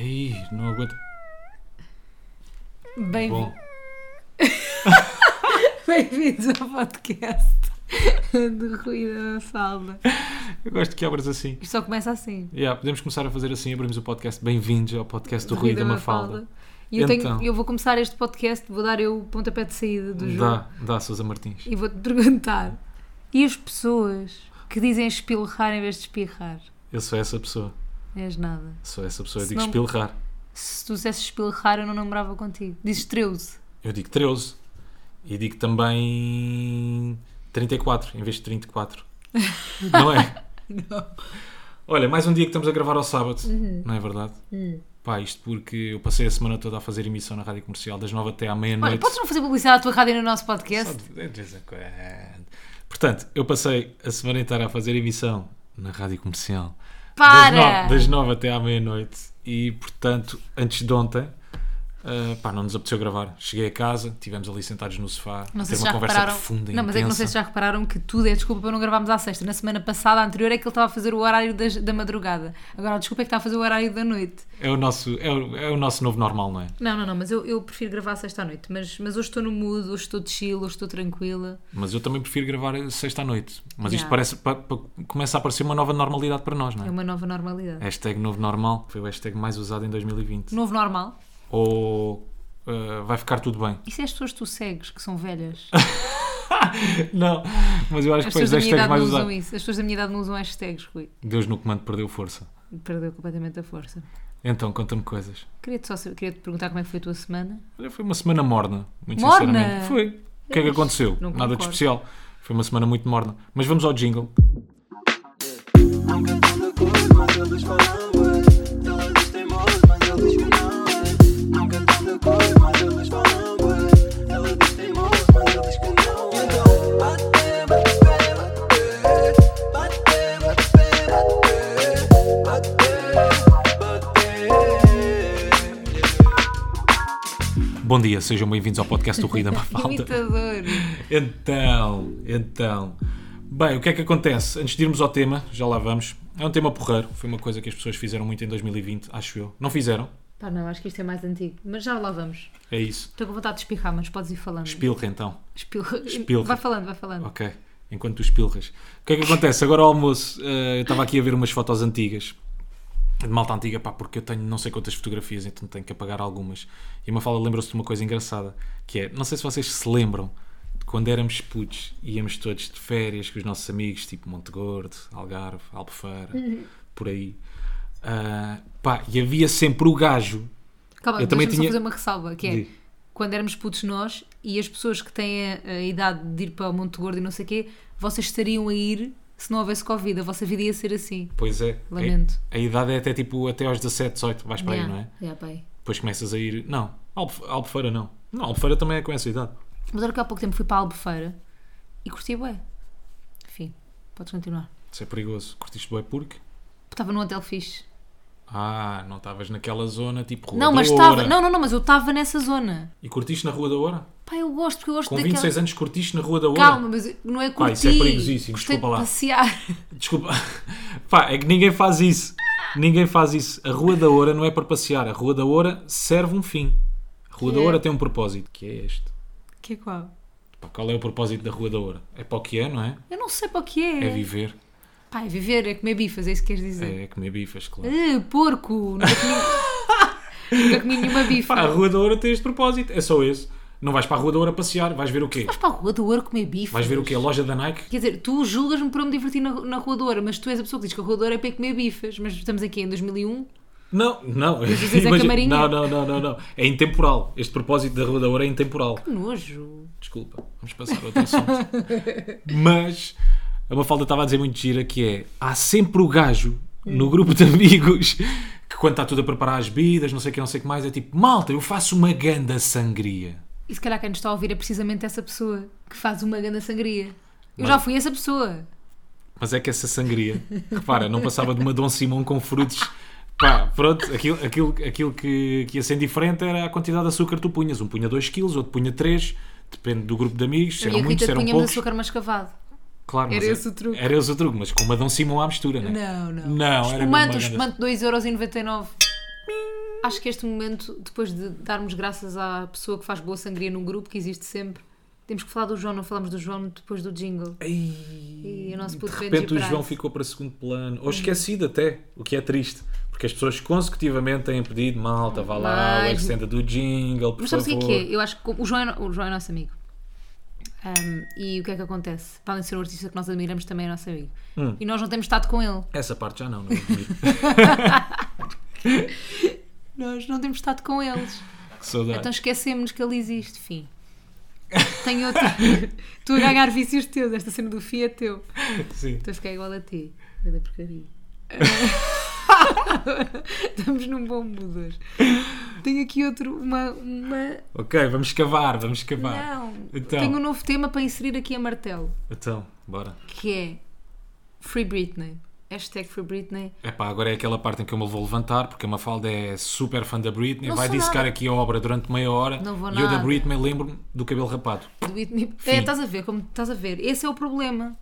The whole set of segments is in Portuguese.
Ai, não aguento. Bom, Bem-vindos ao podcast do Rui da Mafalda. eu gosto que abras assim. Isto só começa assim. Podemos começar a fazer assim, abrimos o podcast. Bem-vindos ao podcast do Rui da Mafalda. E eu vou começar este podcast, vou dar eu o pontapé de saída do jogo. Dá, Sousa Martins. E vou-te perguntar, e as pessoas que dizem espilrar em vez de espirrar? Eu sou essa pessoa. És nada. Sou essa pessoa. Eu Se digo não- espilrar. Se tu dissesses espilrar, eu não namorava contigo. Dizes 13. Eu digo 13. E digo também 34 em vez de 34. Não é? Não. Olha, mais um dia que estamos a gravar ao sábado. Não é verdade? Pá, isto porque eu passei a semana toda a fazer emissão na Rádio Comercial das 9 até à Olha, meia-noite. podes não fazer publicidade à tua rádio no nosso podcast? Só de vez em quando. Portanto, eu passei a semana inteira a fazer emissão na Rádio Comercial. Para! Das 9 até à meia-noite. E, portanto, antes de ontem, não nos apeteceu gravar. Cheguei a casa, estivemos ali sentados no sofá, Não a sei ter se uma já conversa repararam. profunda e Não, mas é que não sei intensa. se já repararam que tudo é desculpa para não gravarmos à sexta. Na semana passada, a anterior, é que ele estava a fazer o horário da madrugada. Agora a desculpa é que está a fazer o horário da noite. É o nosso novo normal, não é? Não, mas eu prefiro gravar à sexta à noite. Mas hoje estou no mood, hoje estou de chill, hoje estou tranquila. Mas eu também prefiro gravar sexta à noite. Mas isto Já. parece, começa a aparecer uma nova normalidade para nós, não É é? uma nova normalidade. Hashtag novo normal foi o hashtag mais usado em 2020. Novo normal. Ou vai ficar tudo bem. Isso é as pessoas que tu segues, que são velhas. Não, mas eu acho As que foi pessoas os da minha hashtags idade mais não usam usados. isso. As pessoas da minha idade não usam hashtags, Rui. Deus no comando perdeu força. Perdeu completamente a força. Então, conta-me coisas. Queria-te perguntar como é que foi a tua semana. Olha, foi uma semana morna, muito Morna? sinceramente. Foi. O que é que aconteceu? Não Nada de concordo. especial. Foi uma semana muito morna. Mas vamos ao jingle. Nunca tão de acordo, mas eles falam bué. Ela diz teimoso, mas ele diz que não é. Nunca tão de acordo, mas eles falam bué. Ela diz teimoso, mas ele diz que não é. Então, bate, bate, bate, bate, bate, bate. Bom dia, sejam bem-vindos ao podcast do Rui da Mafalda. Imitador. Então. Bem, o que é que acontece? Antes de irmos ao tema, já lá vamos. É um tema porreiro. Foi uma coisa que as pessoas fizeram muito em 2020, acho eu. Não fizeram? Pá, não, acho que isto é mais antigo. Mas já lá vamos. É isso. Estou com vontade de espirrar, mas podes ir falando. Espilra então. Espilra. Vai falando. Ok. Enquanto tu espilras. O que é que acontece? Agora ao almoço, eu estava aqui a ver umas fotos antigas. De malta antiga, pá, porque eu tenho não sei quantas fotografias, então tenho que apagar algumas. E uma fala lembra-se de uma coisa engraçada, que é, não sei se vocês se lembram, de quando éramos putos, íamos todos de férias com os nossos amigos, tipo Monte Gordo, Algarve, Albufeira, por aí. E havia sempre o gajo. Calma, Eu também deixa-me tinha- só fazer uma ressalva, que é, Diz. quando éramos putos nós, e as pessoas que têm a idade de ir para o Monte Gordo e não sei o quê, vocês estariam a ir se não houvesse Covid, a vossa vida ia ser assim. Pois é. Lamento. A idade é até aos 17, 18, vais para aí, não é? Pai. Depois começas a ir... Não, Albufeira não. Não, Albufeira também é com essa idade. Mas olha que há pouco tempo fui para a Albufeira e curti bué. Enfim, podes continuar. Isso é perigoso. Curtiste bué porque... Estava num hotel fixe. Não estavas naquela zona tipo Rua Não, da mas Oura. estava. Não, mas eu estava nessa zona. E curtiste na Rua da Oura? Pá, eu gosto, porque eu gosto Com daquela... 26 anos curtiste na Rua da Oura? Calma, mas não é curtir. isso é perigosíssimo, Gostei desculpa lá. de passear. Desculpa. Pá, é que ninguém faz isso. Ninguém faz isso. A Rua da Oura não é para passear. A Rua da Oura serve um fim. A Rua Que da é? Oura tem um propósito, que é este. Que é qual? Pá, qual é o propósito da Rua da Oura? É para o que é, não é? Eu não sei para o que é. É viver. Pá, é viver, é comer bifas, é isso que queres dizer. É comer bifas, claro. Porco! Nunca comi nenhuma bifa. Pá, a Rua da Oura tem este propósito. É só esse. Não vais para a Rua da Oura passear. Vais ver o quê? Vais para a Rua do Ouro comer bifas. Vais ver o quê? A loja da Nike? Quer dizer, tu julgas-me por eu me divertir na Rua do Ouro, mas tu és a pessoa que diz que a Rua do Ouro é para ir comer bifas. Mas estamos aqui em 2001. Não. vezes é Imagina- camarinha. Não. É intemporal. Este propósito da Rua da Oura é intemporal. Que nojo. Desculpa, vamos passar a outro assunto. Mas a Mafalda estava a dizer muito gira que é, há sempre o gajo no grupo de amigos que quando está tudo a preparar as bebidas, não sei o que mais, é tipo, malta, eu faço uma ganda sangria. E se calhar quem nos está a ouvir é precisamente essa pessoa que faz uma grande sangria. Eu Mas- já fui essa pessoa. Mas é que essa sangria, repara, não passava de uma Dom Simão com frutos. Pá, pronto, aquilo que ia ser diferente era a quantidade de açúcar que tu punhas. Um punha 2 kg, outro punha 3, depende do grupo de amigos, se Eu e eram a muitos, Rita se eram punhamos poucos. açúcar mascavado. Claro, Era mas esse o truque. Era esse o truque, mas com uma Dom Simão à mistura, não é? Não. Não, era mesmo uma Espumante, o grande- espumante 2,99€. acho que este momento, depois de darmos graças à pessoa que faz boa sangria num grupo, que existe sempre, temos que falar do João, não falamos do João depois do jingle. E o nosso De puto repente Benji o João Price. ficou para segundo plano. Ou esquecido até, o que é triste. Porque as pessoas consecutivamente têm pedido, malta, vá lá, o Mas- extenda do jingle, por Mas sabes o favor. que é? Eu acho que o João é nosso amigo. E o que é que acontece? Para além de ser um artista que nós admiramos, também é nosso amigo. E nós não temos estado com ele. Essa parte já não é bonito. Nós não temos estado com eles. Que saudade. Então esquecemos que ele existe. Fim. Tenho outro. Tu a ganhar vícios teus. Esta cena do fim é teu. Sim. Estou a ficar igual a ti. Cada porcaria. Estamos num bom mood hoje. Tenho aqui outro. Uma... Ok, vamos cavar, vamos cavar. Não. Então. Tenho um novo tema para inserir aqui a martelo. Então, bora. Que é Free Britney. Hashtag Free Britney. Epá, agora é aquela parte em que eu me vou levantar, porque a Mafalda é super fã da Britney, Não vai sou dissecar nada. aqui a obra durante meia hora. Não vou e eu da nada. Britney lembro-me do cabelo rapado. Do Whitney. Fim. Estás a ver como estás a ver. Esse é o problema.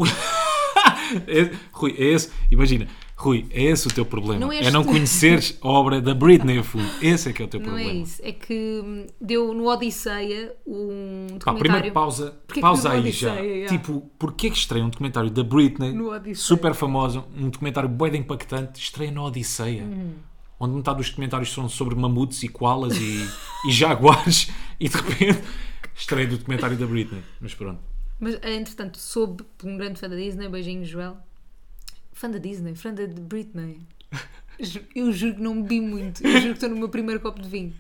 Rui, é esse, imagina, Rui, é esse o teu problema. Não É és não tu. conheceres a obra da Britney a fundo. Esse é que é o teu Não problema. é isso. É que deu no Odisseia um Pá, documentário. primeiro pausa, Porquê que pausa no aí Odisseia, já. yeah. Tipo, porquê que estreia um documentário da Britney, No Odisseia. super famosa, um documentário bué de impactante, estreia na Odisseia, onde metade dos documentários são sobre mamutos e koalas e jaguares, e de repente estreia do documentário da Britney. Mas pronto. Mas, entretanto, soube por um grande fã da Disney, beijinho, Joel. Fã da Disney, fã da Britney. Eu juro que não bebi muito. Eu juro que estou no meu primeiro copo de vinho.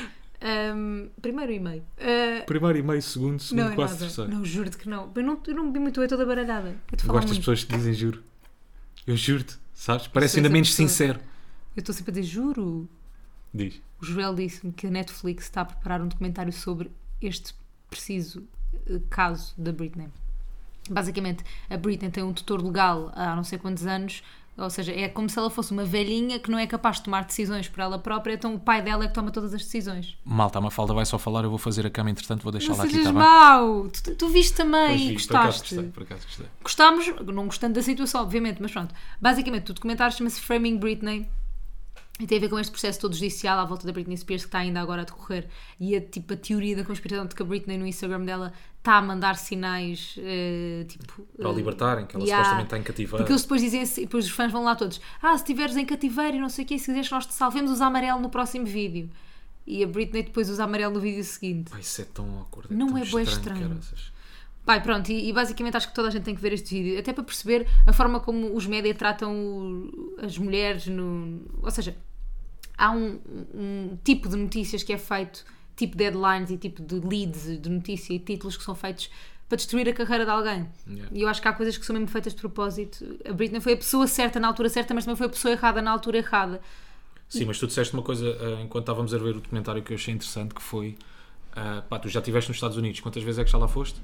Primeiro e meio. Primeiro e meio, segundo, Não é quase nada. terceiro. Não, juro-te que não. Eu não bebi muito, eu estou toda baralhada. Eu Eu estou a falar gosto das muito. pessoas que dizem juro. Eu juro-te, sabes? Parece sou ainda essa menos pessoa. sincero. Eu estou sempre a dizer juro. Diz. O Joel disse-me que a Netflix está a preparar um documentário sobre este preciso caso da Britney. Basicamente, a Britney tem um tutor legal há não sei quantos anos, ou seja, é como se ela fosse uma velhinha que não é capaz de tomar decisões por ela própria, então o pai dela é que toma todas as decisões. Malta, a Mafalda vai só falar, eu vou fazer a cama, entretanto vou Não deixá-la aqui, sejas está bem? mau! Tu viste também, Pois vi, por acaso gostaste. gostei, por acaso gostei. Gostámos, não gostando da situação, obviamente, mas pronto. Basicamente, o documentário chama-se Framing Britney e tem a ver com este processo todo judicial à volta da Britney Spears que está ainda agora a decorrer e a teoria da conspiração de que a Britney no Instagram dela está a mandar sinais Para a libertarem, que ela yeah. supostamente está em cativeiro. Porque eles depois dizem assim, depois os fãs vão lá todos: se estiveres em cativeiro e não sei o quê, se quiseres que nós te salvemos, usa amarelo no próximo vídeo. E a Britney depois usa amarelo no vídeo seguinte. Ai, isso é tão awkward. Não tão é bué estranho. caraças. Pai, pronto, e basicamente acho que toda a gente tem que ver este vídeo, até para perceber a forma como os média tratam as mulheres, ou seja, há um tipo de notícias que é feito, tipo deadlines e tipo de leads de notícia e títulos que são feitos para destruir a carreira de alguém. Yeah. E eu acho que há coisas que são mesmo feitas de propósito. A Britney foi a pessoa certa na altura certa, mas também foi a pessoa errada na altura errada. Sim, mas tu disseste uma coisa enquanto estávamos a ver o documentário que eu achei interessante, que foi pá, tu já estiveste nos Estados Unidos, quantas vezes é que já lá foste?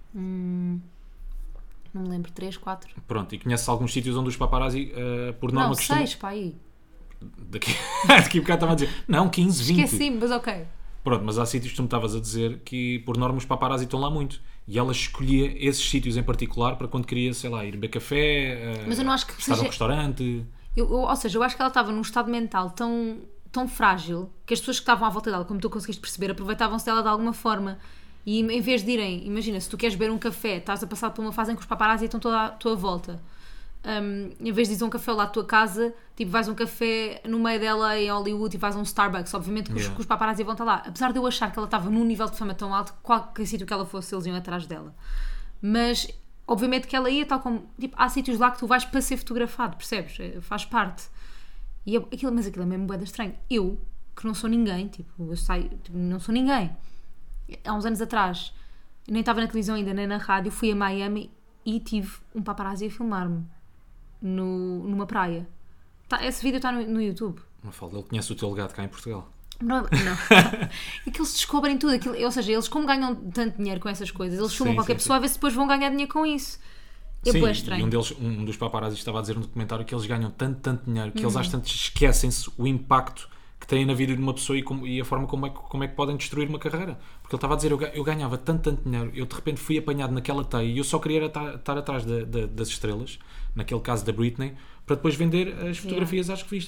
Não me lembro, 3, 4. Pronto, e conheces alguns sítios onde os paparazzi por norma Não, costumam... 6, pá, aí. Daqui a bocado estava a dizer, não, 15, 20. Esqueci-me, mas ok. Pronto, mas há sítios que tu me estavas a dizer que por norma os paparazzi estão lá muito. E ela escolhia esses sítios em particular para quando queria, sei lá, ir beber café, Mas eu não acho que estar seja- num restaurante. Ou seja, eu acho que ela estava num estado mental tão frágil que as pessoas que estavam à volta dela, como tu conseguiste perceber, aproveitavam-se dela de alguma forma. E em vez de irem, imagina, se tu queres beber um café, estás a passar por uma fase em que os paparazzi estão toda à tua volta. Em vez de ir a um café lá à tua casa, tipo, vais a um café no meio dela em Hollywood e vais a um Starbucks. Obviamente que, Yeah. que os paparazzi vão estar lá. Apesar de eu achar que ela estava num nível de fama tão alto que qualquer sítio que ela fosse, eles iam atrás dela. Mas, obviamente que ela ia, tal como... Tipo, há sítios lá que tu vais para ser fotografado, percebes? Faz parte. Mas aquilo é mesmo bué da estranho. Eu, que não sou ninguém, tipo, eu saio... Tipo, não sou ninguém. Há uns anos atrás, nem estava na televisão ainda, nem na rádio, fui a Miami e tive um paparazzi a filmar-me numa praia. Esse vídeo está no YouTube. Mafalda, ele conhece o teu legado cá em Portugal. Não. É que eles descobrem tudo. Ou seja, eles como ganham tanto dinheiro com essas coisas, eles filmam Sim, qualquer sim, pessoa a ver se depois vão ganhar dinheiro com isso. É Sim, bué e estranho. um dos paparazzi estava a dizer no documentário que eles ganham tanto dinheiro que eles às tantas esquecem-se o impacto que têm na vida de uma pessoa e a forma como é que podem destruir uma carreira. Porque ele estava a dizer, eu ganhava tanto dinheiro, eu de repente fui apanhado naquela teia e eu só queria estar atrás das estrelas, naquele caso da Britney, para depois vender as fotografias às revistas.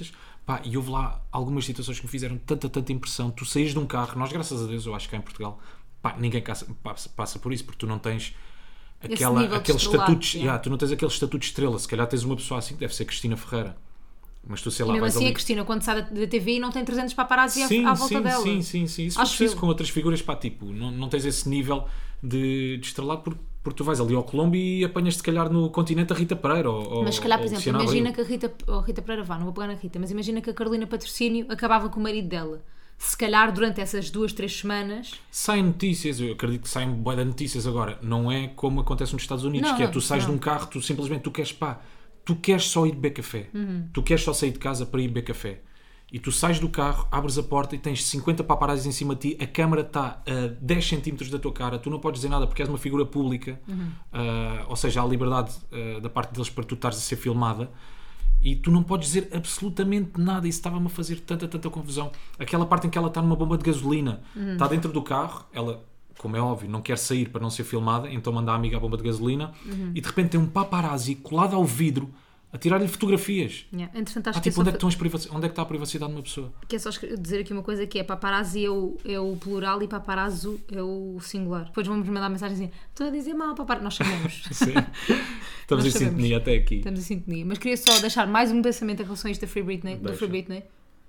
Pá, e houve lá algumas situações que me fizeram tanta impressão. Tu saís de um carro, nós graças a Deus, eu acho que cá em Portugal, pá, ninguém passa por isso, porque tu não tens nível de aquele estrelado, estatuto, yeah. tu não tens aquele estatuto de estrela. Se calhar tens uma pessoa assim, que deve ser Cristina Ferreira. Mas tu, sei lá, E mesmo vais assim ali... a Cristina, quando sai da TV, não tem 300 paparazzi Sim, à volta dela. sim. Isso for Acho preciso eu. com outras figuras, pá, tipo, não tens esse nível de estrelado porque tu vais ali ao Colombo e apanhas se calhar no continente a Rita Pereira Mas se calhar, por ou exemplo, Luciana imagina Abreu. que a Rita Pereira não vou pegar na Rita, mas imagina que a Carolina Patrocínio acabava com o marido dela. Se calhar durante essas 2-3 semanas. Saem notícias, eu acredito que saem bué de notícias agora. Não é como acontece nos Estados Unidos, Não, que é não, tu sais não. de um carro, tu simplesmente tu queres só ir beber café. Tu queres só sair de casa para ir beber café. E tu sais do carro, abres a porta e tens 50 paparazzis em cima de ti, a câmara está a 10 centímetros da tua cara, tu não podes dizer nada porque és uma figura pública, ou seja, há liberdade da parte deles para tu estares a ser filmada. E tu não podes dizer absolutamente nada. Isso estava-me a fazer tanta confusão. Aquela parte em que ela está numa bomba de gasolina, está dentro do carro, ela, como é óbvio, não quer sair para não ser filmada, então manda a amiga à bomba de gasolina e de repente tem um paparazzi colado ao vidro a tirar-lhe fotografias. Yeah. Entretanto, acho Ah, que, tipo, onde é que está a privacidade de uma pessoa? que é só dizer aqui uma coisa que é paparazzi é o plural e paparazzo é o singular. Depois vamos mandar mensagem assim: estou a dizer mal, paparazzi. Nós sabemos. Sim. Estamos em Nós sabemos. sintonia até aqui. Estamos em sintonia. Mas queria só deixar mais um pensamento em relação a isto da Free Britney. Deixa. Do Free Britney.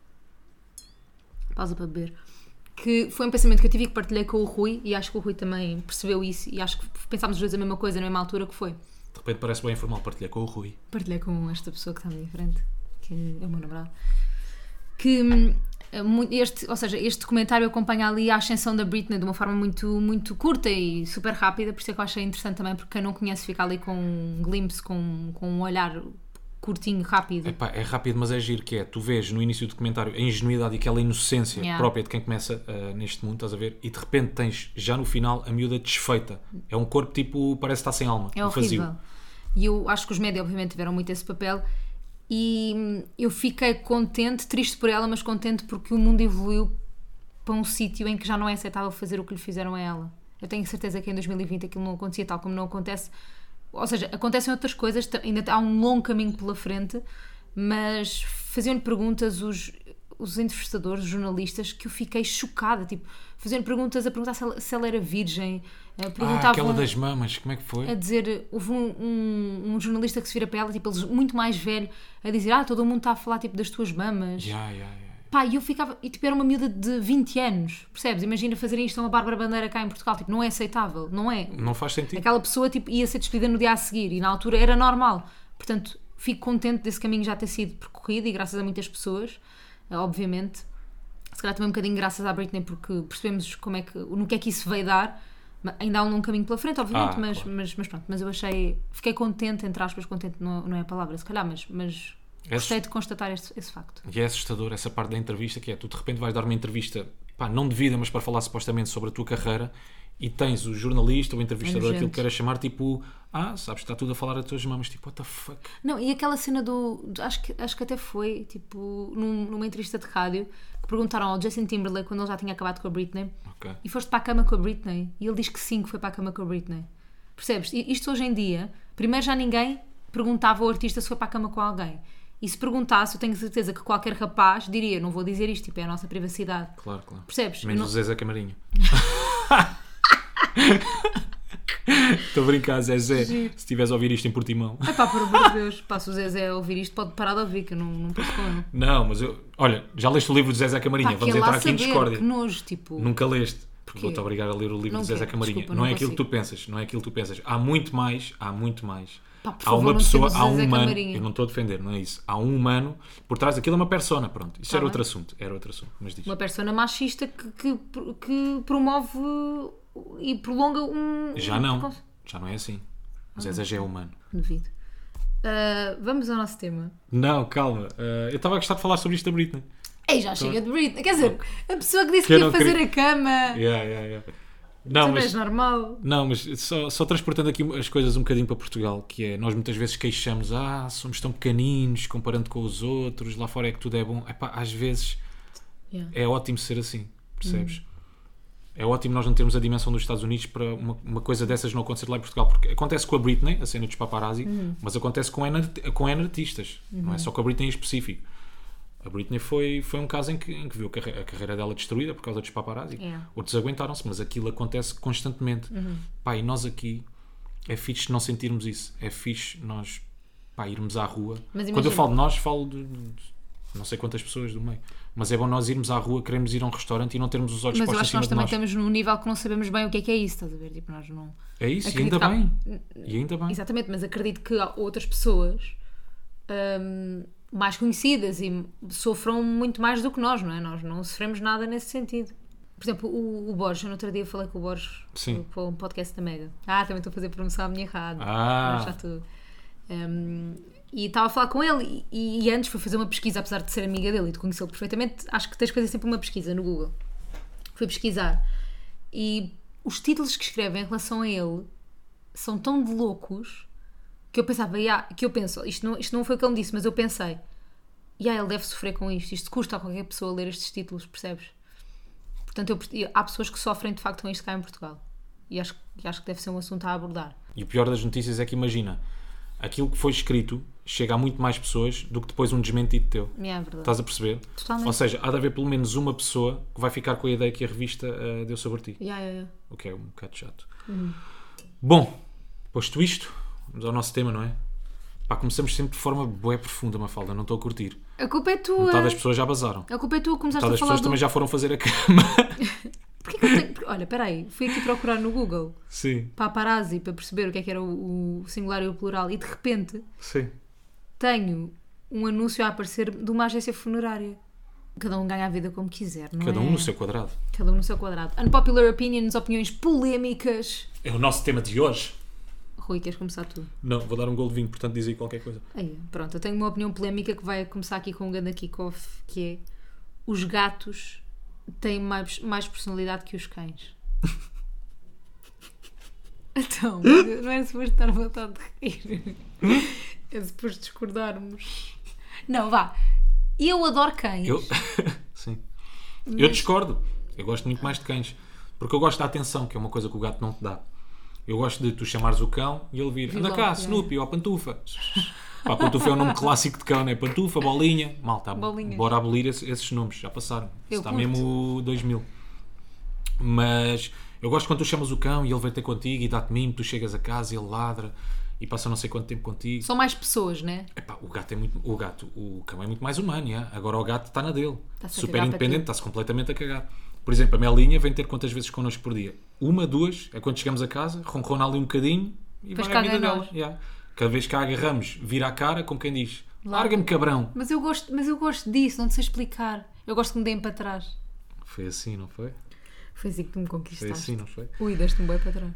Pausa para beber. Que foi um pensamento que eu tive e que partilhei com o Rui, e acho que o Rui também percebeu isso, e acho que pensámos os dois a mesma coisa na mesma altura, que foi: De repente parece bem informal partilhar com o Rui. partilhei com esta pessoa que está à minha frente, que é o meu namorado, que este documentário acompanha ali a ascensão da Britney de uma forma muito curta e super rápida, por isso é que eu achei interessante também, porque quem não conhece fica ali com um glimpse, com um olhar curtinho, rápido. Epá, é rápido, mas é giro, que é, tu vês no início do documentário a ingenuidade e aquela inocência Yeah. própria de quem começa neste mundo, estás a ver? E de repente tens, já no final, a miúda desfeita. É um corpo, tipo, parece estar sem alma. É um horrível. vazio. E eu acho que os médias obviamente tiveram muito esse papel, e eu fiquei contente, triste por ela, mas contente porque o mundo evoluiu para um sítio em que já não é aceitável fazer o que lhe fizeram a ela. Eu tenho certeza que em 2020 aquilo não acontecia tal como não acontece. Ou seja, acontecem outras coisas, ainda há um longo caminho pela frente, mas faziam-lhe perguntas os entrevistadores, os jornalistas, que eu fiquei chocada, tipo, faziam-lhe perguntas a perguntar se ela era virgem, perguntavam, aquela das mamas, como é que foi? a dizer, houve um jornalista que se vira para ela, tipo, eles muito mais velho, a dizer, todo mundo está a falar tipo das tuas mamas. Yeah. Pá, e eu ficava, e tipo, era uma miúda de 20 anos, percebes? Imagina fazerem isto a uma Bárbara Bandeira cá em Portugal, tipo, não é aceitável, não é? Não faz sentido. Aquela pessoa, tipo, ia ser despedida no dia a seguir, e na altura era normal. Portanto, fico contente desse caminho já ter sido percorrido, e graças a muitas pessoas, obviamente. Se calhar também um bocadinho graças à Britney, porque percebemos no que é que isso veio dar. Ainda há um longo caminho pela frente, obviamente, mas, claro. mas pronto, mas eu fiquei contente, entre aspas, contente não é a palavra, se calhar, mas gostei de constatar esse facto. E é assustador essa parte da entrevista, que é, tu de repente vais dar uma entrevista, pá, não devida, mas para falar supostamente sobre a tua carreira, e tens o jornalista ou o entrevistador, nojento. aquilo que queres chamar, tipo, sabes, está tudo a falar a tuas mamas, tipo, what the fuck? Não, e aquela cena acho que até foi, tipo, numa entrevista de rádio, que perguntaram ao Justin Timberlake quando ele já tinha acabado com a Britney, Ok. e foste para a cama com a Britney? E ele diz que sim, que foi para a cama com a Britney. Percebes? E isto hoje em dia, primeiro já ninguém perguntava ao artista se foi para a cama com alguém. E se perguntasse, eu tenho certeza que qualquer rapaz diria, não vou dizer isto, tipo, é a nossa privacidade. Claro. Percebes? Menos Não- o Zezé Camarinha. Estou a brincar, Zezé. Giro. Se estiveres a ouvir isto em Portimão. Epá, por amor de Deus, pá, se o Zezé a ouvir isto, pode parar de ouvir, que eu não posso com ele. Não, mas eu... Olha, já leste o livro de Zezé Camarinha? Pá, Vamos que é lá entrar aqui em saber, discórdia. que nojo, tipo... Nunca leste. Porquê? Vou-te obrigar a ler o livro Não de Zezé quero, Camarinha. desculpa, não não é aquilo que tu consigo. pensas. Não é aquilo que tu pensas. Há muito mais. Pá, por Há favor, uma não pessoa, defendas o há um Zezé humano. Camarinha. Eu não estou a defender, não é isso. Há um humano por trás daquilo, é uma persona. Pronto, isso Tá era bem. outro assunto. Mas diz. Uma persona machista que promove e prolonga Já não. Já não é assim. O Zezé já é humano. Duvido. Vamos ao nosso tema. Não, calma. Eu estava a gostar de falar sobre isto da Britney. Ei, já chega de Britney. Quer dizer, a pessoa que disse Que que eu ia não fazer queria- a cama. Yeah. Tu Não, não és mas, normal. não, mas só transportando aqui as coisas um bocadinho para Portugal, que é, nós muitas vezes queixamos, somos tão pequeninos comparando com os outros, lá fora é que tudo é bom. Epá, às vezes Yeah. é ótimo ser assim, percebes? É ótimo nós não termos a dimensão dos Estados Unidos para uma coisa dessas não acontecer lá em Portugal, porque acontece com a Britney, a cena dos paparazzi, mas acontece com N artistas, não é só com a Britney em específico. A Britney foi um caso em que viu a carreira dela destruída por causa dos paparazzi. Yeah. Outros aguentaram-se, mas aquilo acontece constantemente. Pá, e nós aqui, é fixe não sentirmos isso. É fixe nós, pá, irmos à rua. Mas Quando eu imagina- falo de nós, falo de não sei quantas pessoas do meio. Mas é bom nós irmos à rua, queremos ir a um restaurante e não termos os olhos Mas eu postos acho que em nós cima de também nós. estamos num nível que não sabemos bem o que é isso, estás a ver? Tipo, nós não... É isso, e Acredito ainda que há- bem. E ainda bem. Exatamente, mas acredito que há outras pessoas mais conhecidas e sofram muito mais do que nós, não é? Nós não sofremos nada nesse sentido. Por exemplo, o Borges, eu no outro dia falei com o Borges Sim. para um podcast da Mega. Também estou a fazer promoção à minha rádio. Ah. Já estou. E estava a falar com ele e antes fui fazer uma pesquisa, apesar de ser amiga dele e de conhecê-lo perfeitamente, acho que tens que fazer sempre uma pesquisa no Google. Fui pesquisar e os títulos que escrevem em relação a ele são tão de loucos que eu pensava, que eu penso, isto não foi o que ele me disse, mas eu pensei, ele deve sofrer com isto custa a qualquer pessoa ler estes títulos, percebes? Portanto, há pessoas que sofrem de facto com isto cá em Portugal e acho que deve ser um assunto a abordar. E o pior das notícias é que imagina, aquilo que foi escrito chega a muito mais pessoas do que depois um desmentido teu. É verdade. Estás a perceber? Totalmente. Ou seja, há de haver pelo menos uma pessoa que vai ficar com a ideia que a revista deu sobre ti. O que é um bocado chato. Bom, posto isto, vamos ao nosso tema, não é? Pá, começamos sempre de forma bué profunda, Mafalda, não estou a curtir. A culpa é tua. Metade das pessoas já basaram. A culpa é tua, começaste Metade a das falar pessoas do... também já foram fazer a cama. Porquê que eu tenho... Olha, peraí, fui aqui procurar no Google Sim, paparazzi para perceber o que era o singular e o plural e de repente sim. tenho um anúncio a aparecer de uma agência funerária. Cada um ganha a vida como quiser, não é? Cada um no seu quadrado. Cada um no seu quadrado. Unpopular opinions, opiniões polémicas. É o nosso tema de hoje. Rui, queres começar tu? Não, vou dar um gol de vinho, portanto diz aí qualquer coisa. Aí, pronto, eu tenho uma opinião polémica que vai começar aqui com um grande kick-off, que é os gatos têm mais personalidade que os cães. Então, não é suposto estar à vontade de rir. É suposto discordarmos. Não, vá. Eu adoro cães. Eu... Sim. Eu discordo. Eu gosto muito mais de cães. Porque eu gosto da atenção, que é uma coisa que o gato não te dá. Eu gosto de tu chamares o cão e ele vir. Anda logo, cá, é. Snoopy, ou Pantufa. Pá, Pantufa é o nome clássico de cão, não é? Pantufa, Bolinha. Malta, Bolinhas. bora abolir esses nomes. Já passaram. Eu Está curto. mesmo 2000. Mas eu gosto quando tu chamas o cão e ele vem ter contigo e dá-te mimo, tu chegas a casa e ele ladra e passa não sei quanto tempo contigo. São mais pessoas, né? Epá, o cão é muito mais humano, já. Agora o gato está na dele. Está-se a Super cagar para independente, ti. está-se completamente a cagar. Por exemplo, a Melinha vem ter quantas vezes connosco por dia? 1, 2, é quando chegamos a casa, roncona ali um bocadinho e Depois vai à caga vida em dela. nós. Já. Cada vez que a agarramos, vira a cara, como quem diz: larga-me, cabrão. Mas eu gosto disso, não te sei explicar. Eu gosto que me deem para trás. Foi assim, não foi? Foi assim que tu me Foi conquistaste. assim, não foi? Ui, deste-me bem para trás.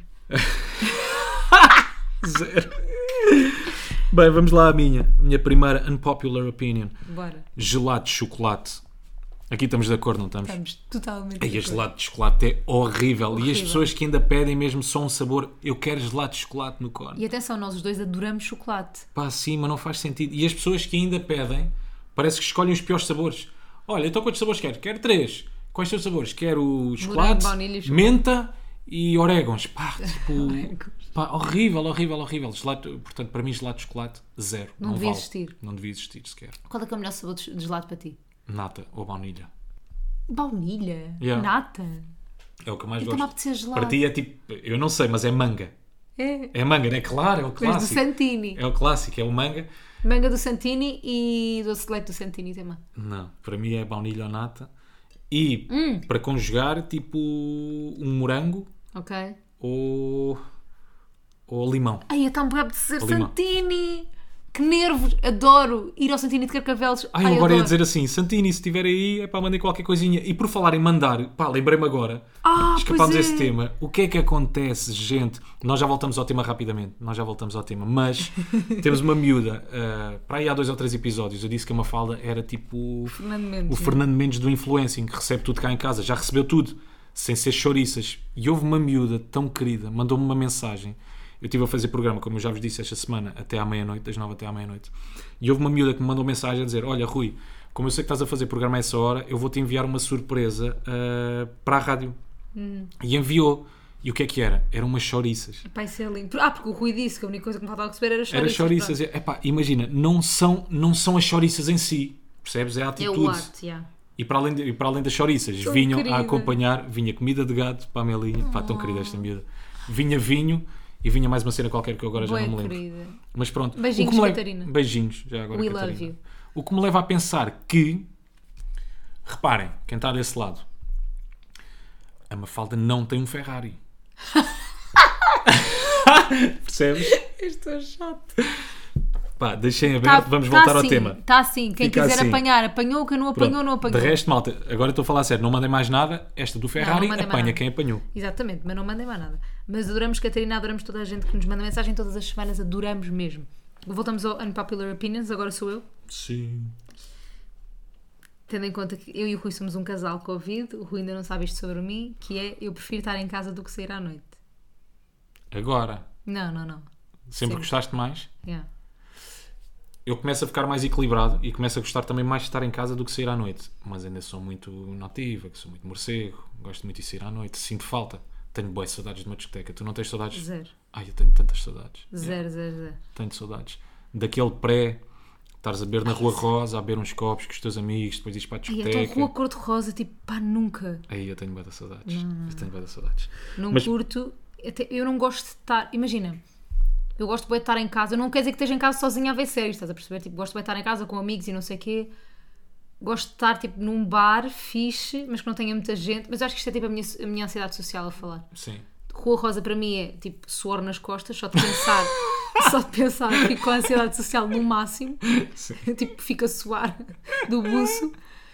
Zero. Bem, vamos lá à minha primeira unpopular opinion. Bora. Gelado de chocolate. Aqui estamos de acordo, não estamos? Estamos totalmente. Ai, de a acordo. gelado de chocolate é horrível. E as Horrível. pessoas que ainda pedem mesmo só um sabor, eu quero gelado de chocolate no cone. E atenção, nós os dois adoramos chocolate. Pá, sim, mas não faz sentido. E as pessoas que ainda pedem, parece que escolhem os piores sabores. Olha, então quantos sabores quero? Quero 3. Quais são os sabores? Quero chocolate, baunilha e chocolate. menta e orégãos. Pá, tipo... pá, horrível, horrível, horrível. Gelado, portanto, para mim, gelado de chocolate, 0. Não devia vale. existir. Não devia existir sequer. Qual é que é o melhor sabor de gelado para ti? Nata ou baunilha. Baunilha? Yeah. Nata? É o que eu mais Então me gosto. apetecer gelado. Para ti é tipo... Eu não sei, mas é manga. É. É manga, não é? Claro, é o Mas do clássico. Santini. É o clássico, é o manga. Manga do Santini e doce de leite do Santini também. Não, para mim é baunilha ou nata. E para conjugar, tipo um morango Ok? ou limão. Ai, é tão bom de ser Limão. Santini! Que nervos! Adoro ir ao Santini de Carcavelos. Ai, eu agora adoro. ia dizer assim, Santini, se estiver aí, é para mandar qualquer coisinha. E por falar em mandar, pá, lembrei-me agora, escapámos pois é. esse tema. O que é que acontece, gente? Nós já voltamos ao tema rapidamente, mas temos uma miúda, para aí há 2 ou 3 episódios, eu disse que a Mafalda era tipo Fernando Mendes. o Fernando Mendes do influencing, que recebe tudo cá em casa, já recebeu tudo, sem ser chouriças. E houve uma miúda tão querida, mandou-me uma mensagem. Eu estive a fazer programa, como eu já vos disse, esta semana, até à meia-noite, das 9 até à meia-noite. E houve uma miúda que me mandou mensagem a dizer: olha, Rui, como eu sei que estás a fazer programa a essa hora, eu vou-te enviar uma surpresa para a rádio. E enviou. E o que é que era? Eram umas chouriças. Pai, isso é lindo. Porque o Rui disse que a única coisa que me faltava receber era Era chouriças. chouriças. Epá, imagina, não são as chouriças em si. Percebes? É a É atitude. o ato, yeah. E para além das chouriças, Tão vinham querida. a acompanhar, vinha comida de gado para a Melinha. Pá, tão querida esta miúda. Vinha vinho e vinha mais uma cena qualquer que eu agora já Bué não me lembro. querida. Mas pronto. Beijinhos, o que me Catarina. Beijinhos, já agora, We Catarina. love you. O que me leva a pensar que, reparem, quem está desse lado, a Mafalda não tem um Ferrari. Percebes? Estou chato. Pá, deixem aberto, vamos voltar ao tema. Está assim. Quem Fica quiser assim. apanhar, apanhou. Quem não apanhou, Pronto. não apanhou. De resto, malta, agora estou a falar sério, não mandem mais nada. Esta do Ferrari, mandem mais apanha nada. quem apanhou. Exatamente, mas não mandem mais nada. Mas adoramos Catarina, adoramos toda a gente que nos manda mensagem todas as semanas, adoramos mesmo. Voltamos ao Unpopular Opinions, agora sou eu. Sim. Tendo em conta que eu e o Rui somos um casal Covid, o Rui ainda não sabe isto sobre mim, que é eu prefiro estar em casa do que sair à noite. Agora, Não. sempre Sim. gostaste mais? Yeah. Eu começo a ficar mais equilibrado e começo a gostar também mais de estar em casa do que sair à noite. Mas ainda sou muito nativa, que sou muito morcego, gosto muito de sair à noite, sinto falta. Tenho boas saudades de uma discoteca. Tu não tens saudades? Zero. Ai, eu tenho tantas saudades. Zero. Tenho saudades. Daquele pré, estares a beber na Rua Rosa, a beber uns copos com os teus amigos, depois ires para a Ai, discoteca. então rua cor-de-rosa, tipo, pá, nunca. Aí eu tenho bué de saudades. Eu tenho bué de saudades. Não Mas- curto. Eu não gosto de estar. Imagina, eu gosto bué de estar em casa. Não quer dizer que esteja em casa sozinha a ver séries, estás a perceber? Tipo, gosto bué de estar em casa com amigos e não sei o quê. Gosto de estar tipo num bar fixe, mas que não tenha muita gente. Mas eu acho que isto é tipo a minha ansiedade social a falar. Sim. Rua Rosa para mim é tipo suor nas costas, só de pensar. Só de pensar, fico com a ansiedade social no máximo. Sim. Tipo, fico a suar do buço.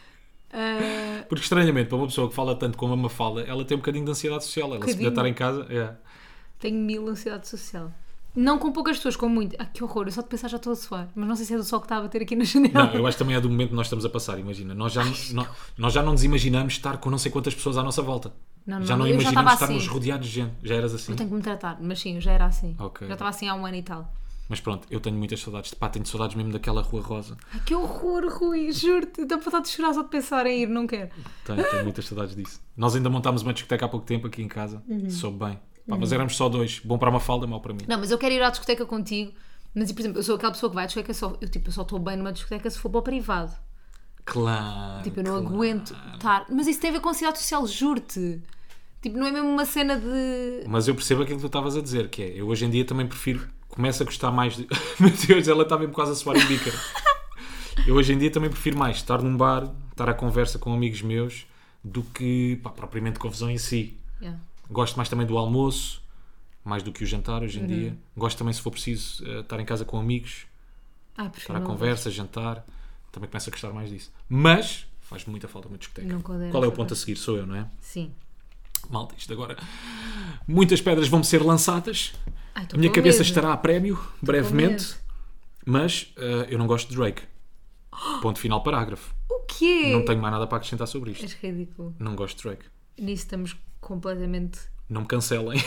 Porque estranhamente, para uma pessoa que fala tanto como a Mafalda, ela tem um bocadinho de ansiedade social. Ela se puder estar em casa, Tenho 1000 ansiedade social. Não com poucas pessoas, com muito. Ah, que horror, eu só de pensar já estou a suar. Mas não sei se é do sol que está a bater aqui na janela. Não, eu acho que também é do momento que nós estamos a passar, imagina. Nós já não nos imaginamos estar com não sei quantas pessoas à nossa volta. Não, já não eu já imaginamos estava estarmos assim. rodeados de gente. Já eras assim. Eu tenho que me tratar, mas sim, eu já era assim. Ok. Já estava assim há um ano e tal. Mas pronto, eu tenho muitas saudades. Pá, tenho saudades mesmo daquela Rua Rosa. Ai, que horror, Rui, juro-te. Dá vontade de chorar só de pensar em ir, não quero. Tenho muitas saudades disso. Nós ainda montámos uma discoteca há pouco tempo aqui em casa. Soube bem. Pá, mas éramos só dois. Bom para a Mafalda, mau para mim. Não, mas eu quero ir à discoteca contigo. Mas, por exemplo, eu sou aquela pessoa que vai à discoteca eu só estou bem numa discoteca se for para o privado. Claro. Tipo, eu não claro. aguento estar. Mas isso tem a ver com ansiedade social, juro-te. Tipo, não é mesmo uma cena de. Mas eu percebo aquilo que tu estavas a dizer, que é, eu hoje em dia também prefiro, começo a gostar mais de... Meu Deus, ela está mesmo quase a suar em bica. Eu hoje em dia também prefiro mais estar num bar, estar à conversa com amigos meus, do que, pá, propriamente confusão em si. Yeah. Gosto mais também do almoço, mais do que o jantar hoje em dia. Gosto também, se for preciso, estar em casa com amigos, Ai, estar prefiro à não conversa, jantar. Também começo a gostar mais disso. Mas faz muita falta uma discoteca. Não condeno Qual é o essa ponto a coisa. seguir? Sou eu, não é? Sim. Malta, isto agora... Muitas pedras vão-me ser lançadas. Ai, A minha cabeça medo. estará a prémio, brevemente. medo. Mas eu não gosto de Drake. Ponto final, parágrafo. O quê? Não tenho mais nada para acrescentar sobre isto. És ridículo. Não gosto de Drake. Nisso estamos completamente. Não me cancelem.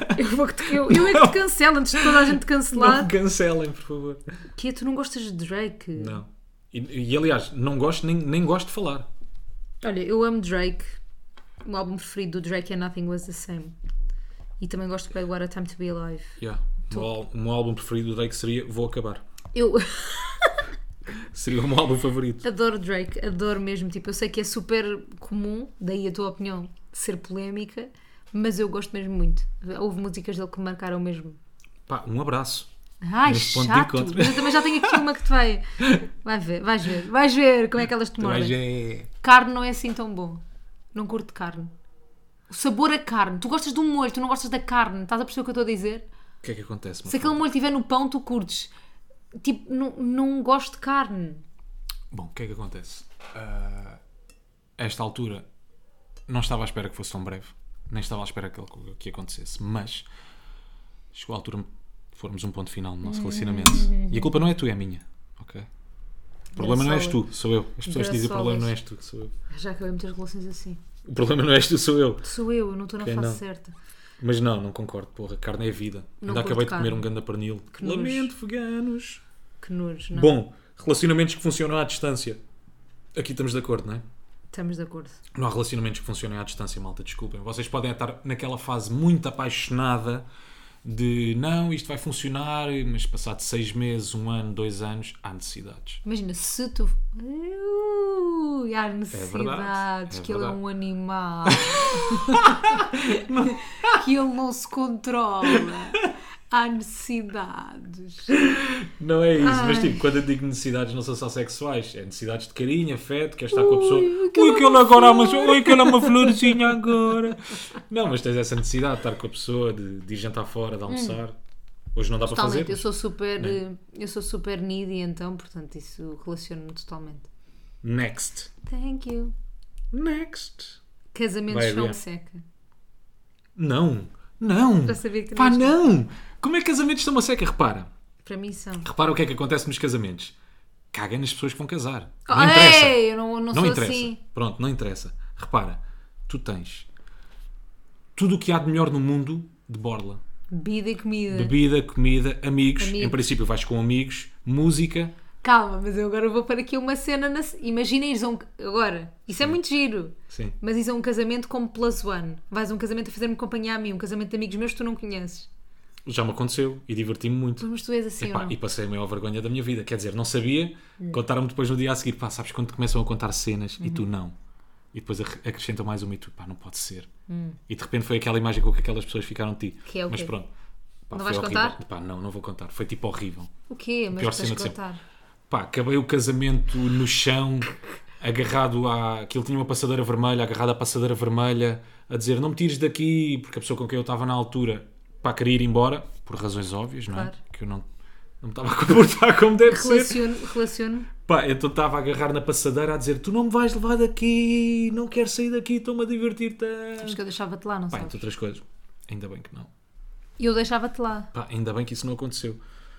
Eu é que te cancelo antes de toda a gente te Não cancelar. me cancelem, por favor. Que tu não gostas de Drake? Não. E, aliás, não gosto, nem gosto de falar. Olha, eu amo Drake. O álbum preferido do Drake é Nothing Was the Same. E também gosto de Play What a Time to Be Alive. Yeah. O meu álbum preferido do Drake seria Vou Acabar. Eu Seria o meu álbum favorito. adoro Drake, adoro mesmo. Tipo, eu sei que é super comum, daí a tua opinião ser polémica, mas eu gosto mesmo muito. Houve músicas dele que me marcaram mesmo. Pá, um abraço. Ai, Neste ponto de chato! encontro. Mas eu também já tenho aqui uma que te vai. Vais ver como é que elas te mordem. Mas é... Carne não é assim tão bom. Não curto carne. O sabor a carne. Tu gostas do molho, tu não gostas da carne. Estás a perceber o que eu estou a dizer? O que é que acontece? Se aquele molho estiver no pão, tu curtes. Tipo, não gosto de carne. Bom, o que é que acontece? A esta altura não estava à espera que fosse tão breve, nem estava à espera que acontecesse, mas chegou a altura de formos um ponto final no nosso relacionamento. E a culpa não é tua, é minha, ok? O problema não és tu, sou eu. As pessoas dizem o problema não és tu, sou eu. Já acabei muitas relações assim. O problema não és tu, sou eu. Sou eu não estou na Quem fase não? certa. Mas não concordo, porra, carne é vida. Não Ainda curto acabei de comer carne. um ganda pernil. nojo. Lamento, veganos. Que nojo, não? Bom, relacionamentos que funcionam à distância. Aqui estamos de acordo, não é? Estamos de acordo. Não há relacionamentos que funcionem à distância, malta, desculpem. Vocês podem estar naquela fase muito apaixonada de não, isto vai funcionar, mas passado 6 meses, 1 ano, 2 anos, há necessidades. Imagina, se tu. Há necessidades, é que ele é verdade. um animal. Que ele não se controla. Há necessidades. Não é isso, mas Ai. tipo, quando eu digo necessidades não são só sexuais, é necessidades de carinho, afeto, queres estar com a pessoa. aquela Ui, que ele agora há ui, que ele é uma florzinha agora. Não, mas tens essa necessidade de estar com a pessoa, de ir jantar fora, de almoçar. Hoje não dá para fazer. Totalmente, mas- eu sou super needy, então, portanto, isso relaciona-me totalmente. Next. Thank you. Next. Casamentos Vai, são Bia. de seca. Não. Não. Já sabia que Pá, não ias não. Como é que casamentos estão uma seca? Repara. Para mim são. Repara o que é que acontece nos casamentos. Caga nas pessoas que vão casar. Não Ei, interessa. eu não Não sou interessa. assim. Pronto, não interessa. Repara, tu tens tudo o que há de melhor no mundo de borla. Bebida e comida. Bebida, comida, amigos. Amigos. Em princípio vais com amigos, música. Calma, mas eu agora vou para aqui uma cena. Imagina ires a um. Agora, isso é muito giro. Sim. Mas ires a um casamento como plus one. Vais a um casamento a fazer-me companhia a mim, um casamento de amigos meus que tu não conheces. Já me aconteceu e diverti-me muito. Mas tu és assim Epá, ou não? e passei a maior vergonha da minha vida. Quer dizer, não sabia. Contaram-me depois no dia a seguir. Pá, sabes quando começam a contar cenas e tu não. E depois acrescentam mais uma e tu, pá, não pode ser. E de repente foi aquela imagem com que aquelas pessoas ficaram de ti. Que é o Mas quê? pronto. Pá, Não foi vais horrível. contar? Pá, não vou contar. Foi tipo horrível. O quê? Mas pior tens cena de de sempre. contar. Pá, acabei o casamento no chão, agarrado a. Aquilo tinha uma passadeira vermelha, agarrado à passadeira vermelha, a dizer não me tires daqui, porque a pessoa com quem eu estava na altura, pá, queria ir embora, por razões óbvias, não é? Claro. Que eu não me estava a comportar como deve ser. Relaciono. Pá, então estava a agarrar na passadeira a dizer tu não me vais levar daqui, não quero sair daqui, estou-me a divertir Sabes tanto. que eu deixava-te lá, não Pá, sabes? entre outras coisas. Ainda bem que não. E eu deixava-te lá. Pá, ainda bem que isso não aconteceu.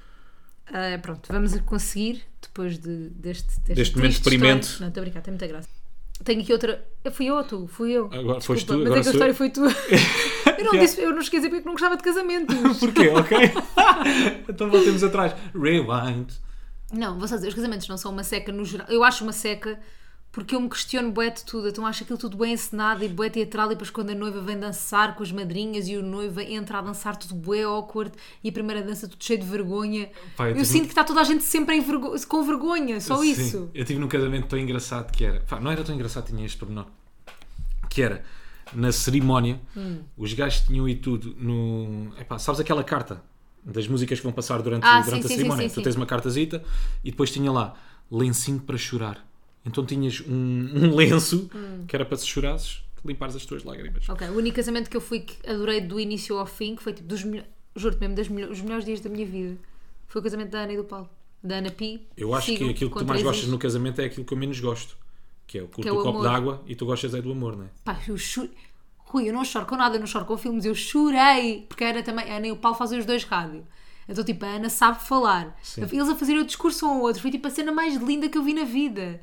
Pronto, vamos conseguir, depois Deste momento triste de experimento. história. Não, estou a brincar, tem muita graça. Tenho aqui outra. Fui eu ou tu? Fui eu. Agora foste Desculpa, tu, mas agora é que a sou eu. história foi tu. Eu não, disse, eu não esqueci porque não gostava de casamentos. Porquê, ok? Então voltemos atrás. Rewind. Não, vou só dizer, os casamentos não são uma seca no geral. Eu acho uma seca porque eu me questiono bué de tudo. Então acho aquilo tudo bem encenado e bué teatral. E depois quando a noiva vem dançar com as madrinhas e o noivo entra a dançar tudo bué awkward e a primeira dança tudo cheio de vergonha. Pá, eu eu tive sinto um- que está toda a gente sempre com vergonha, só Sim. isso. Eu tive num casamento tão engraçado que era. Pá, não era tão engraçado, tinha este pormenor. Que era na cerimónia, os gajos tinham e tudo no. Epá, sabes aquela carta das músicas que vão passar durante Ah, a sim, sim, cerimónia? sim, Tu sim. tens uma cartazita e depois tinha lá lencinho para chorar. Então tinhas um lenço que era para se chorasses, limpares as tuas lágrimas. Ok, o único casamento que eu fui que adorei do início ao fim, que foi tipo dos melhores, juro-te mesmo, os melhores dias da minha vida, foi o casamento da Ana e do Paulo. Da Ana Pi. Eu acho que Sigam, aquilo que com tu mais 3 gostas is. no casamento é aquilo que eu menos gosto. Que é o curto Que é o o copo amor. de água e tu gostas é do amor, não é? Pá, eu choro. Rui, eu não choro com nada, eu não choro com filmes, eu chorei. Porque a Ana também, a Ana e o Paulo fazem os dois rádio. Então, tipo, a Ana sabe falar. Sim. Eles a fazerem o discurso um ao outro. Foi tipo a cena mais linda que eu vi na vida.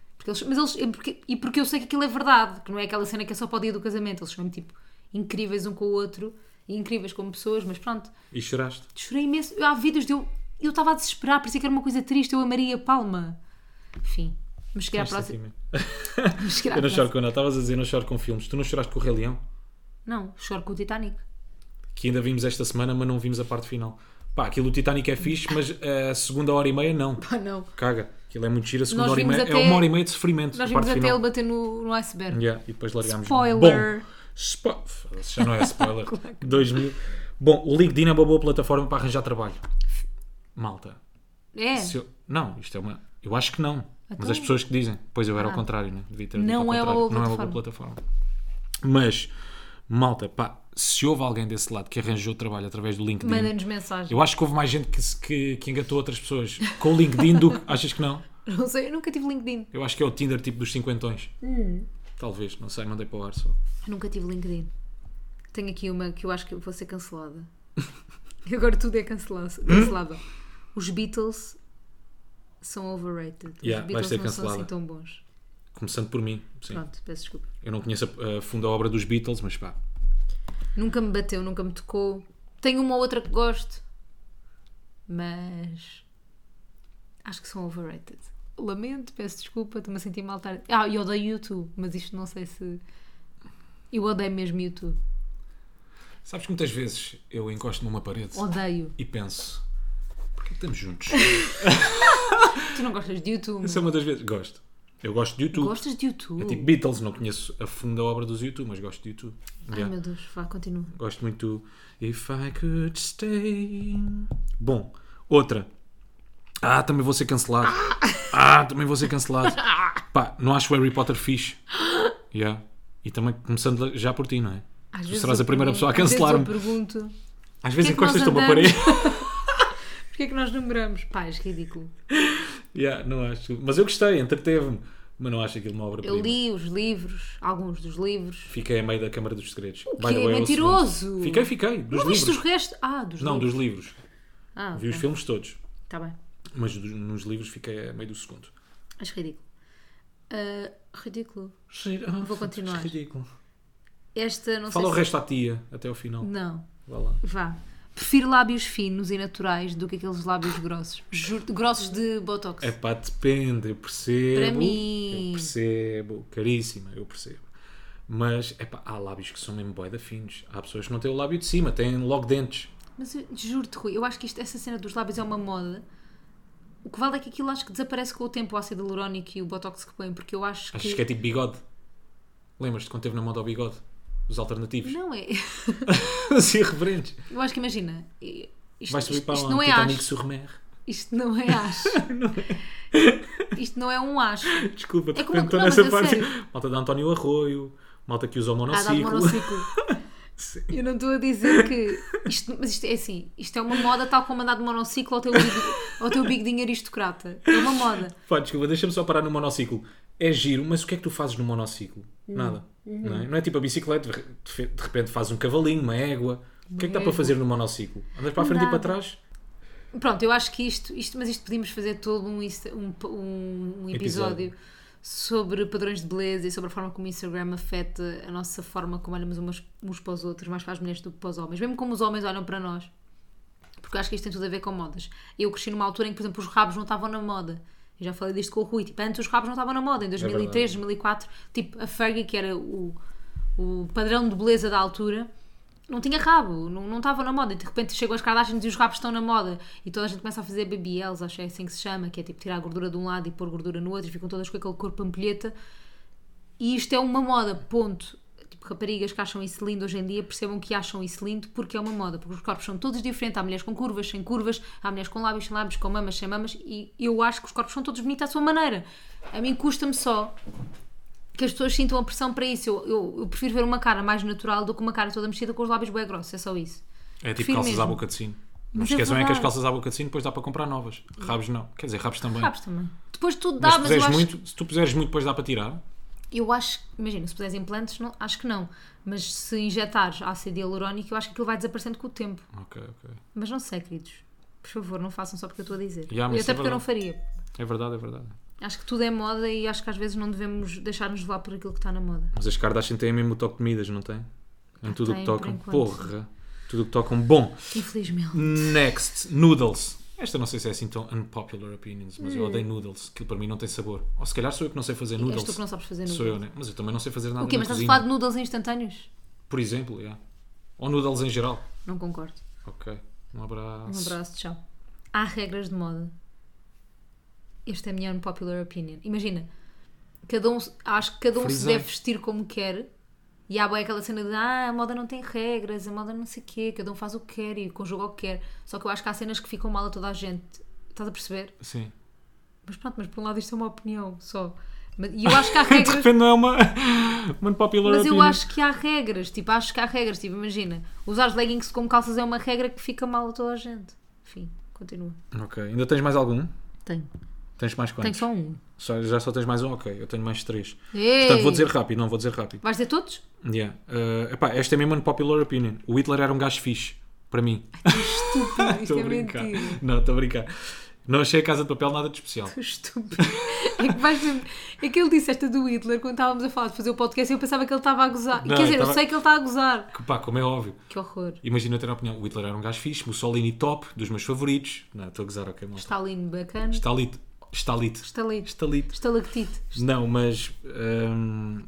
Porque eu sei que aquilo é verdade, que não é aquela cena que é só para o dia do casamento. Eles são tipo incríveis um com o outro e incríveis como pessoas, mas pronto. E choraste. Chorei imenso. Há vídeos de eu estava a desesperar, parecia que era uma coisa triste. Eu amaria a Palma. Enfim, vamos chegar à Este próxima. sentimento. Vamos chegar à Eu não choro próxima. com nada. Estavas a dizer não choro com filmes. Tu não choraste com o Rei Leão? Não, choro com o Titanic. Que ainda vimos esta semana, mas não vimos a parte final. Pá, aquilo do Titanic é fixe, mas a segunda hora e meia não. Pá, não. Caga. Aquilo é muito giro. A segunda Nós hora e vimos meia até- é 1 hora e meia de sofrimento. Nós a vimos parte até final. ele bater no iceberg. Yeah, e depois largámos. Spoiler. Bom, foda-se, já não é spoiler. 2000. Bom, o LinkedIn é uma boa plataforma para arranjar trabalho. Malta. É. Não, isto é uma. Eu acho que não. Mas Então? as pessoas que dizem. Pois eu era ao Ah. contrário, né? Devia ter dito Não ao é uma contrário. boa Não é uma boa plataforma. Mas, malta, pá, se houve alguém desse lado que arranjou trabalho através do LinkedIn, Manda-nos mensagem. eu acho que houve mais gente que engatou outras pessoas com o LinkedIn do que. Achas que não? Não sei, eu nunca tive LinkedIn. Eu acho que é o Tinder tipo dos cinquentões. Talvez, não sei, mandei para o ar só. Eu nunca tive LinkedIn. Tenho aqui uma que eu acho que vou ser cancelada. Agora tudo é cancelável. Os Beatles são overrated. Yeah, Os vai Beatles ser não são assim cancelada. tão bons. Começando por mim, sim. Pronto, peço desculpa. Eu não conheço a funda obra dos Beatles, mas pá. Nunca me bateu, nunca me tocou. Tenho uma ou outra que gosto. Mas acho que são overrated. Lamento, peço desculpa, estou-me a sentir mal tarde. Eu odeio YouTube, mas isto não sei se. Eu odeio mesmo YouTube. Sabes que muitas vezes eu encosto numa parede Odeio. e penso, porquê que estamos juntos? Tu não gostas de YouTube? Essa é uma das vezes. Gosto. Eu gosto de YouTube. Gostas de YouTube? É tipo Beatles, não conheço a fundo a obra dos YouTube, mas gosto de YouTube. Ai Yeah. meu Deus, vá, continua. Gosto muito do If I Could Stay. Bom, outra. Também vou ser cancelado. Também vou ser cancelado. Pá, não acho o Harry Potter fixe. Yeah. E também começando já por ti, não é? Às Tu vezes serás eu a primeira pessoa a cancelar-me. Às vezes eu pergunto, Às vezes Porquê é que encostas-te a nós uma parede. porquê é que nós namoramos? Pá, é ridículo. Yeah, não acho. Mas eu gostei, entreteve-me. Mas não acho aquilo uma obra-prima. Eu li os livros, alguns dos livros. Fiquei a meio da Câmara dos Segredos. O By quê? the way, é o Mentiroso! segundo. Fiquei. Dos Não viste livros. os restos? Dos Não, livros. dos livros. Vi os filmes todos. Está bem. Mas nos livros fiquei a meio do segundo. Acho ridículo. Ridículo. Vou continuar. Ridículo. Esta, não Fala o sei resto à tia, até ao final. Não. Vá lá. Vá. Prefiro lábios finos e naturais do que aqueles lábios grossos. Grossos de Botox. É pá, depende, eu percebo. Para mim. Eu percebo. Caríssima, eu percebo. Mas, é pá, há lábios que são mesmo bué da finos. Há pessoas que não têm o lábio de cima, têm logo dentes. Mas eu juro-te, Rui, eu acho que essa cena dos lábios é uma moda. O que vale é que aquilo acho que desaparece com o tempo, o ácido hialurónico e o Botox que põem, porque eu acho Achas que é tipo bigode? Lembras-te quando teve na moda o bigode? Os alternativos? Não é. Os irreverentes. Eu acho que imagina. Vais subir para isto lá, não é Titanic acho. sur mer. Isto não é acho. Isto não é um acho. Desculpa, de É como- repente estou não, mas nessa a parte. sério. Malta de António Arroio, malta que usa o Dá de monociclo. monociclo. Sim. Eu não estou a dizer que. Mas isto é assim. Isto é uma moda tal como andar de monociclo ao teu bigodinho aristocrata. É uma moda. Pá, desculpa, deixa-me só parar no monociclo. É giro, mas o que é que tu fazes no monociclo? Nada. Não é? Não é tipo a bicicleta, de repente fazes um cavalinho, uma égua. O que é que dá para fazer no monociclo? Andas para a frente e Nada. para trás? Pronto, eu acho que mas isto podíamos fazer todo um episódio sobre padrões de beleza e sobre a forma como o Instagram afeta a nossa forma como olhamos uns para os outros, mais para as mulheres do que para os homens, mesmo como os homens olham para nós. Porque eu acho que isto tem tudo a ver com modas. Eu cresci numa altura em que, por exemplo, os rabos não estavam na moda. Eu já falei disto com o Rui. Tipo, antes os rabos não estavam na moda. Em 2003, 2004, tipo, a Fergie, que era o padrão de beleza da altura, não tinha rabo, não estava na moda. E de repente chegam as Kardashians e os rabos estão na moda. E toda a gente começa a fazer BBLs, acho que é assim que se chama, que é tipo tirar a gordura de um lado e pôr gordura no outro, e ficam todas com aquele corpo ampulheta. E isto é uma moda, ponto. Tipo, raparigas que acham isso lindo hoje em dia percebam que acham isso lindo porque é uma moda, porque os corpos são todos diferentes. Há mulheres com curvas, sem curvas, há mulheres com lábios, sem lábios, com mamas, sem mamas, e eu acho que os corpos são todos bonitos à sua maneira. A mim custa-me só que as pessoas sintam a pressão para isso. Eu prefiro ver uma cara mais natural do que uma cara toda mexida com os lábios bem grossos, é só isso. É tipo Prefiro calças mesmo. à boca de sino. Não Mas é esqueçam é que as verdade. calças à boca de sino depois dá para comprar novas. Rabos não. Quer dizer, rabos também. Rabos também. Depois tudo Mas dá, mas eu acho... se tu puseres muito, depois dá para tirar. Eu acho, imagina, se puseres implantes, não, acho que não. Mas se injetares ácido hialurónico, eu acho que aquilo vai desaparecendo com o tempo. Ok. Mas não sei, queridos. Por favor, não façam só porque eu estou a dizer. Yeah, mas E isso até é porque eu não verdade. faria. É verdade. Acho que tudo é moda e acho que às vezes não devemos deixar-nos levar por aquilo que está na moda. Mas as Kardashian têm mesmo o toque de Midas, não tem? Em tudo o que têm, tocam. por enquanto. Porra! Tudo o que tocam. Bom, Infelizmente. next. Noodles. Esta não sei se é assim tão unpopular opinions, mas eu odeio noodles. Aquilo para mim não tem sabor. Ou se calhar sou eu que não sei fazer noodles. És tu que não sabes fazer Sou eu, noodles. né? Mas eu também não sei fazer nada O quê? na Mas estás a cozinha. falar de noodles instantâneos? Por exemplo, yeah. Ou noodles em geral. Não concordo. Ok. Um abraço. Um abraço, tchau. Há regras de moda. Esta é a minha unpopular opinion. Imagina, acho que cada um se Frisei. deve vestir como quer. E há bem aquela cena de a moda não tem regras, a moda não sei o quê, cada um faz o que quer e conjuga o que quer. Só que eu acho que há cenas que ficam mal a toda a gente. Estás a perceber? Sim. Mas pronto, mas por um lado isto é uma opinião só. E eu acho que há De regras. repente não é uma unpopular Mas eu opinion. acho que há regras. Tipo, acho que há regras. Tipo, imagina, usar os leggings como calças é uma regra que fica mal a toda a gente. Enfim, continua. Ok. Ainda tens mais algum? Tenho. Tens mais quantos? Tenho só um. Já só tens mais um? Ok. Eu tenho mais 3. Ei! Portanto, vou dizer rápido. Não, vou dizer rápido. Vais dizer todos? Yeah. Epá, esta é mesmo unpopular opinion. O Hitler era um gajo fixe. Para mim. Estúpido, isto Estou é a brincar. mentira. Não, estou a brincar. Não achei a Casa de Papel nada de especial. Estúpido. É que vais mesmo. É que ele disse esta do Hitler quando estávamos a falar de fazer o podcast e eu pensava que ele estava a gozar. Não, Quer dizer, eu estava- sei que ele está a gozar. Que, pá, como é óbvio. Que horror. Imagina ter a opinião. O Hitler era um gajo fixe. Mussolini top. Dos meus favoritos. Não, estou a gozar. Ok, malta. Stalin bacana. Stalite. Estalite. Estalite. Estalactite. Não, mas...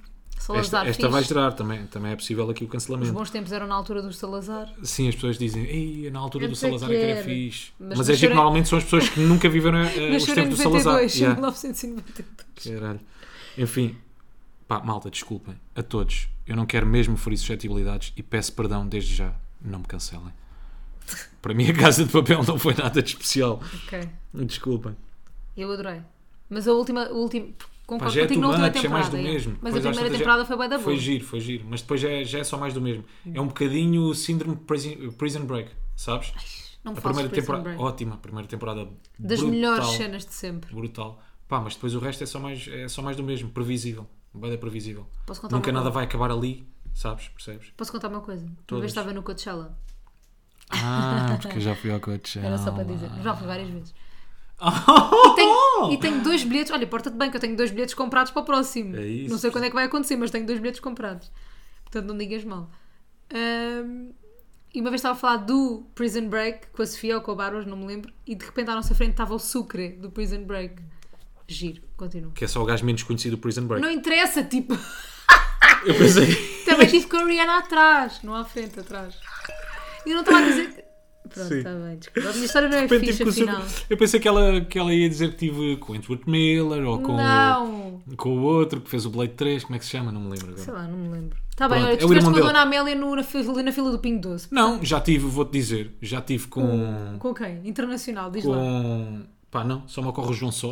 Salazar esta fixe. vai gerar também. Também é possível aqui o Os cancelamento. bons tempos eram na altura do Salazar. Sim, as pessoas dizem, ei, na altura Eu do não sei Salazar que é que era era. fixe. Mas Mas é nasceram tipo, em- normalmente são as pessoas que nunca viveram os Nasceram em tempos do Salazar. 92, em Yeah. 1992. Caralho. Enfim, pá, malta, desculpem a todos. Eu não quero mesmo ferir suscetibilidades e peço perdão desde já. Não me cancelem. Para mim, a Casa de Papel não foi nada de especial. Ok. Desculpem. Eu adorei. Mas o último Pá, concordo já é contigo too na última much, é mais temporada. do é. mesmo. Mas Pois, a às primeira tantas temporada foi bem da boa. Foi giro. Mas depois já é só mais do mesmo. É um bocadinho o síndrome Prison Break, sabes? Não me A faças primeira Prison temporada, Break. ótima. A primeira temporada Das brutal, melhores cenas de sempre. brutal. Pá, mas depois o resto é só mais do mesmo. Previsível. Bem previsível. Posso contar Nunca uma nada coisa? vai acabar ali, sabes? Percebes? Posso contar uma coisa? Uma Todas. vez estava no Coachella. Ah, porque eu já fui ao Coachella. Era só para dizer. Já fui várias vezes. Oh! E tenho 2 bilhetes. Olha, porta-te bem que eu tenho 2 bilhetes comprados para o próximo. É isso. Não sei quando é que vai acontecer, mas tenho 2 bilhetes comprados. Portanto, não digas mal. E uma vez estava a falar do Prison Break com a Sofia ou com a Bárbara, não me lembro. E de repente à nossa frente estava o Sucre do Prison Break. Giro, continua. Que é só o gajo menos conhecido do Prison Break. Não interessa, tipo. Eu pensei. Também tive com a Rihanna atrás, não à frente, atrás. E eu não estava a dizer. Pronto, Sim. está bem, desculpa. A minha história não é Repente, fixe, tipo, afinal. eu pensei que ela ia dizer que tive com o Wentworth Miller ou Não. com o outro que fez o Blade 3, como é que se chama? Não me lembro Sei agora. lá, não me lembro. Está bem, Pronto, olha, é tu o estiveste irmão com a dele. Dona Amélia na fila do Pingo Doce. Não, já tive, vou-te dizer, já tive com. Com quem? Internacional, diz lá. Pá, não, só me ocorre o João Só.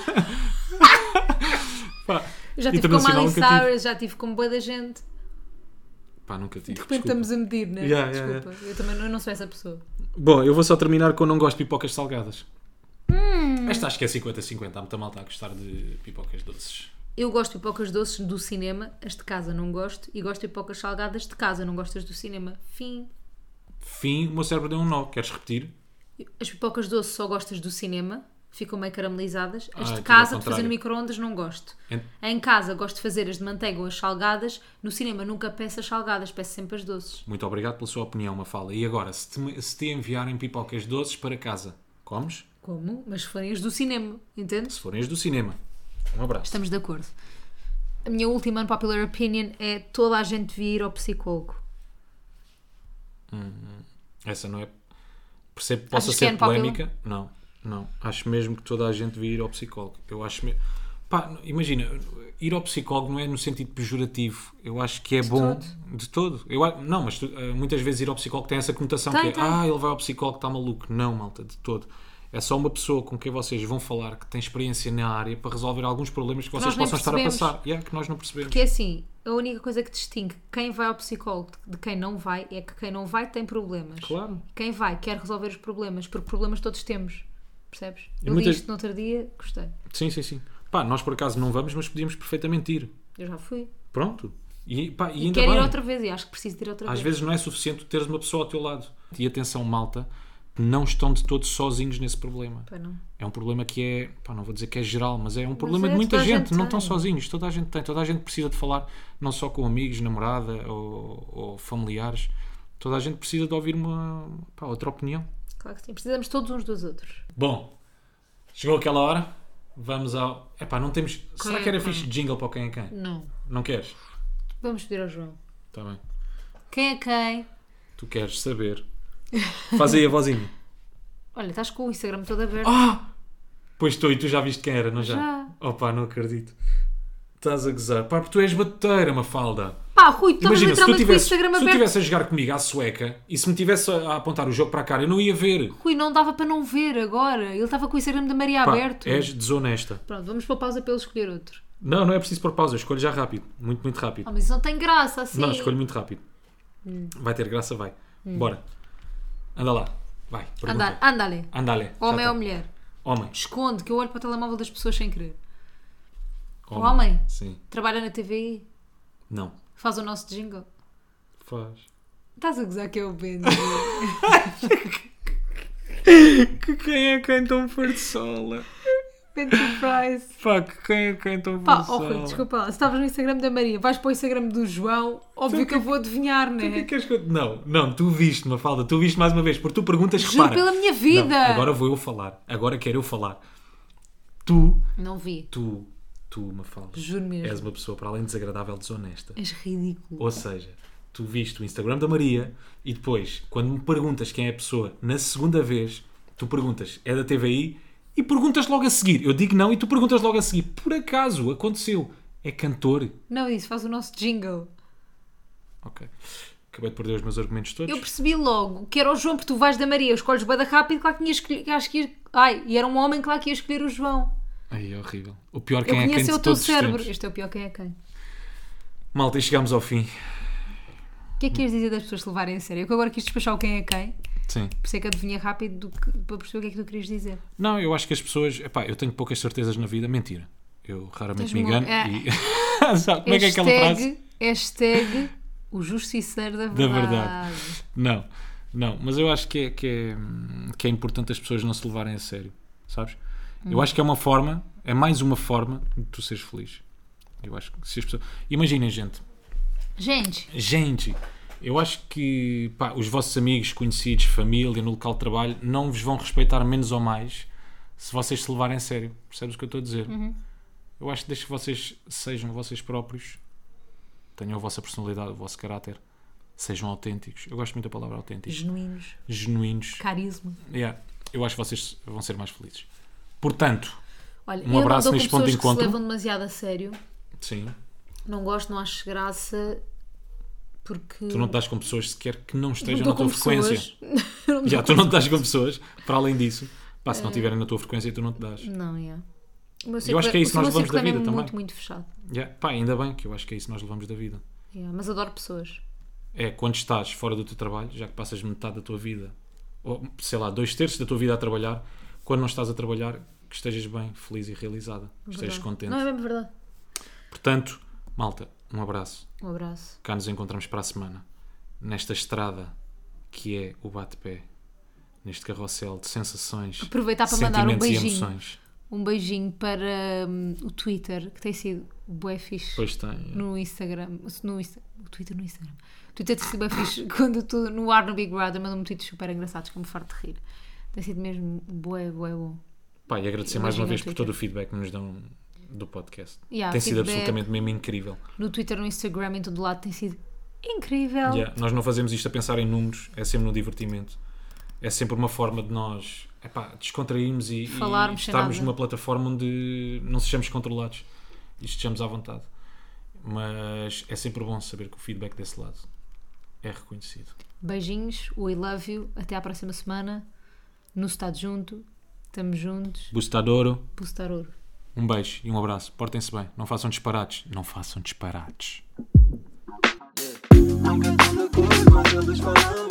Pá, Eu já tive com a internacional Miley nunca tive. Cyrus, já tive com boa da gente. Pá, nunca tive. De repente desculpa. estamos a medir, né? Yeah, yeah, Desculpa, eu também eu não sou essa pessoa. Bom, eu vou só terminar com não gosto de pipocas salgadas. Esta acho que é 50-50. Há muita malta a gostar de pipocas doces. Eu gosto de pipocas doces do cinema, as de casa não gosto, e gosto de pipocas salgadas de casa, não gosto das do cinema. Fim. Fim, o meu cérebro deu um nó. Queres repetir? As pipocas doces só gostas do cinema, ficam meio caramelizadas. As de tudo casa, ao de fazer contrário. no micro-ondas, não gosto. Ent- Em casa, gosto de fazer as de manteiga ou as salgadas. No cinema, nunca peço as salgadas, peço sempre as doces. Muito obrigado pela sua opinião, Mafalda. E agora, se te enviarem pipocas doces para casa, comes? Como? Mas se forem as do cinema, entendes? Se forem as do cinema. Um abraço. Estamos de acordo. A minha última unpopular opinion é toda a gente devia ir ao psicólogo. Essa não é... Percebo que possa Achas que é ser unpopular? polémica. Não. Acho mesmo que toda a gente devia ir ao psicólogo. Eu acho mesmo... Pá, imagina, ir ao psicólogo não é no sentido pejorativo. Eu acho que é bom... todo. De todo. Não, mas muitas vezes ir ao psicólogo tem essa conotação Tem, que é... tem. ele vai ao psicólogo, está maluco. Não, malta, de todo. É só uma pessoa com quem vocês vão falar que tem experiência na área para resolver alguns problemas que vocês nós nem possam estar a percebemos. passar. Que nós não percebemos. Porque é assim, a única coisa que distingue quem vai ao psicólogo de quem não vai é que quem não vai tem problemas. Claro. Quem vai quer resolver os problemas, porque problemas todos temos. Percebes? Eu li muitas- isto no outro dia, gostei. Sim. Pá, nós por acaso não vamos, mas podíamos perfeitamente ir. Eu já fui. Pronto. E E ainda quero bem. ir outra vez e acho que preciso de ir outra Às vez. vezes não é suficiente teres uma pessoa ao teu lado. E atenção, malta, que não estão de todos sozinhos nesse problema. Pois não. É um problema que é, pá, não vou dizer que é geral, mas é um problema é, de muita toda a gente. gente Não estão tem. sozinhos. Toda a gente tem. Toda a gente precisa de falar, não só com amigos, namorada ou familiares. Toda a gente precisa de ouvir outra opinião. Claro que sim. Precisamos todos uns dos outros. Bom, chegou aquela hora. Vamos ao... Epá, não temos... Será é que era quem? fixe jingle para o quem é quem? Não. Não queres? Vamos pedir ao João. Está bem. Quem é quem? Tu queres saber. Faz aí a vozinha. Olha, estás com o Instagram todo aberto. Pois estou, e tu já viste quem era, não já? Já. Opa, não acredito. Estás a gozar. Pá, porque tu és batuteira, Mafalda. Pá, Rui, tu estavas Imagina, se tu literalmente com o tivesses Instagram se tu aberto. tivesse a jogar comigo à sueca e se me tivesse a apontar o jogo para a cara, eu não ia ver. Rui, não dava para não ver agora. Ele estava com o Instagram da Maria Pá, aberto. és desonesta. Pronto, vamos para a pausa para ele escolher outro. Não é preciso pôr pausa. Eu escolho já rápido. Muito, muito rápido. Oh, mas isso não tem graça assim. Não, escolho muito rápido. Vai ter graça, vai. Bora. Anda lá. Vai. pergunta. Andale. Andale. Homem Já ou tá. mulher? Homem. Esconde, que eu olho para o telemóvel das pessoas sem querer. Homem? Sim. Trabalha na TVI? Não. Faz o nosso jingle? Faz. Estás a gozar que é o Ben? Que quem é quem tão forçola? Ben Price. Pá, que quem é quem tão Pá, forçola? Rui, desculpa lá. Se estavas no Instagram da Maria, vais para o Instagram do João, óbvio que eu vou adivinhar, O que é né? que és que eu... Não, tu viste, Mafalda, tu viste mais uma vez, porque tu perguntas, Juro repara. pela minha vida. Não, agora vou eu falar, agora quero eu falar. Tu, Não vi. tu, Mafalda, Juro mesmo. és uma pessoa, para além de desagradável, desonesta. És ridículo. Ou seja, tu viste o Instagram da Maria e depois, quando me perguntas quem é a pessoa, na segunda vez, tu perguntas, é da TVI? E perguntas logo a seguir. Eu digo não e tu perguntas logo a seguir. Por acaso, aconteceu. É cantor? Não, isso faz o nosso jingle. Ok. Acabei de perder os meus argumentos todos. Eu percebi logo que era o João, porque tu vais da Maria, escolhes bué da rápido, claro que tinha escolhido. Acho que ia... Ai, e era um homem, claro que ia escolher o João. Ai, é horrível. O pior Eu quem é quem conheço de o teu todos os cérebro. tempos. Este é o pior quem é quem. Malta, e chegámos ao fim. O que é que ias dizer das pessoas se levarem a sério? Eu que agora quis despachar o quem é quem. Sim. Por isso é que adivinha rápido para perceber o que é que tu querias dizer. Não, eu acho que as pessoas... Epá, eu tenho poucas certezas na vida. Mentira. Eu raramente Tens me engano. é. E... Sabe, como é que é aquela frase? Hashtag o justiceiro da Da verdade. verdade. Não. Mas eu acho que é importante as pessoas não se levarem a sério. Sabes? Eu acho que é uma forma... É mais uma forma de tu seres feliz. Eu acho que se as pessoas... Imaginem, gente. Gente, eu acho que pá, os vossos amigos, conhecidos, família, no local de trabalho, não vos vão respeitar menos ou mais se vocês se levarem a sério. Percebes o que eu estou a dizer? Eu acho que desde que vocês sejam vocês próprios, tenham a vossa personalidade, o vosso caráter, sejam autênticos. Eu gosto muito da palavra autênticos. Genuínos. Carisma. Yeah. Eu acho que vocês vão ser mais felizes. Portanto, Olha, um abraço eu não neste dou com ponto de pessoas que se encontro. levam demasiado a sério. Sim. Não gosto, não acho graça. Porque... Tu não estás com pessoas sequer que não não estejam dou na tua com frequência. pessoas. Eu não Já, dou tu com não estás com pessoas, para além disso, pá, se não estiverem na tua frequência, tu não te dás. Não, é. O meu Eu acho que é isso que nós levamos da vida é também. muito, muito fechado. Yeah. Pá, ainda bem que eu acho que é isso que nós levamos da vida. Yeah, mas adoro pessoas. É quando estás fora do teu trabalho, já que passas metade da tua vida, ou sei lá, 2/3 da tua vida a trabalhar, quando não estás a trabalhar, que estejas bem, feliz e realizada, que estejas Verdade. contente. Não, é mesmo verdade. Portanto, malta, um abraço. Um abraço. Cá nos encontramos para a semana, nesta estrada que é o bate-pé, neste carrossel de sensações, Aproveitar para mandar um sentimentos e beijinho. emoções. Um beijinho para o Twitter, que tem sido bué fixe. Pois tem. No Instagram. O Twitter no Instagram. O Twitter tem sido bué fixe quando eu estou no ar no Big Brother, mandam-me tweets super engraçados que eu me farto de rir. Tem sido mesmo bué bom. Pá, e agradecer Imagina mais uma o vez por Twitter. todo o feedback que nos dão do podcast. Yeah, tem sido feedback. absolutamente mesmo incrível. No Twitter, no Instagram, em todo lado tem sido incrível. Yeah, nós não fazemos isto a pensar em números, é sempre no divertimento. É sempre uma forma de nós descontrairmos e Falarmos sem estarmos nada. numa plataforma onde não sejamos controlados e estejamos à vontade. Mas é sempre bom saber que o feedback desse lado é reconhecido. Beijinhos, we love you. Até à próxima semana. No Estado Junto. Estamos juntos. Bustadoro, Postar ouro. um beijo e um abraço. Portem-se bem, não façam disparates. Não façam disparates. Nunca tão de cor, mas eles falam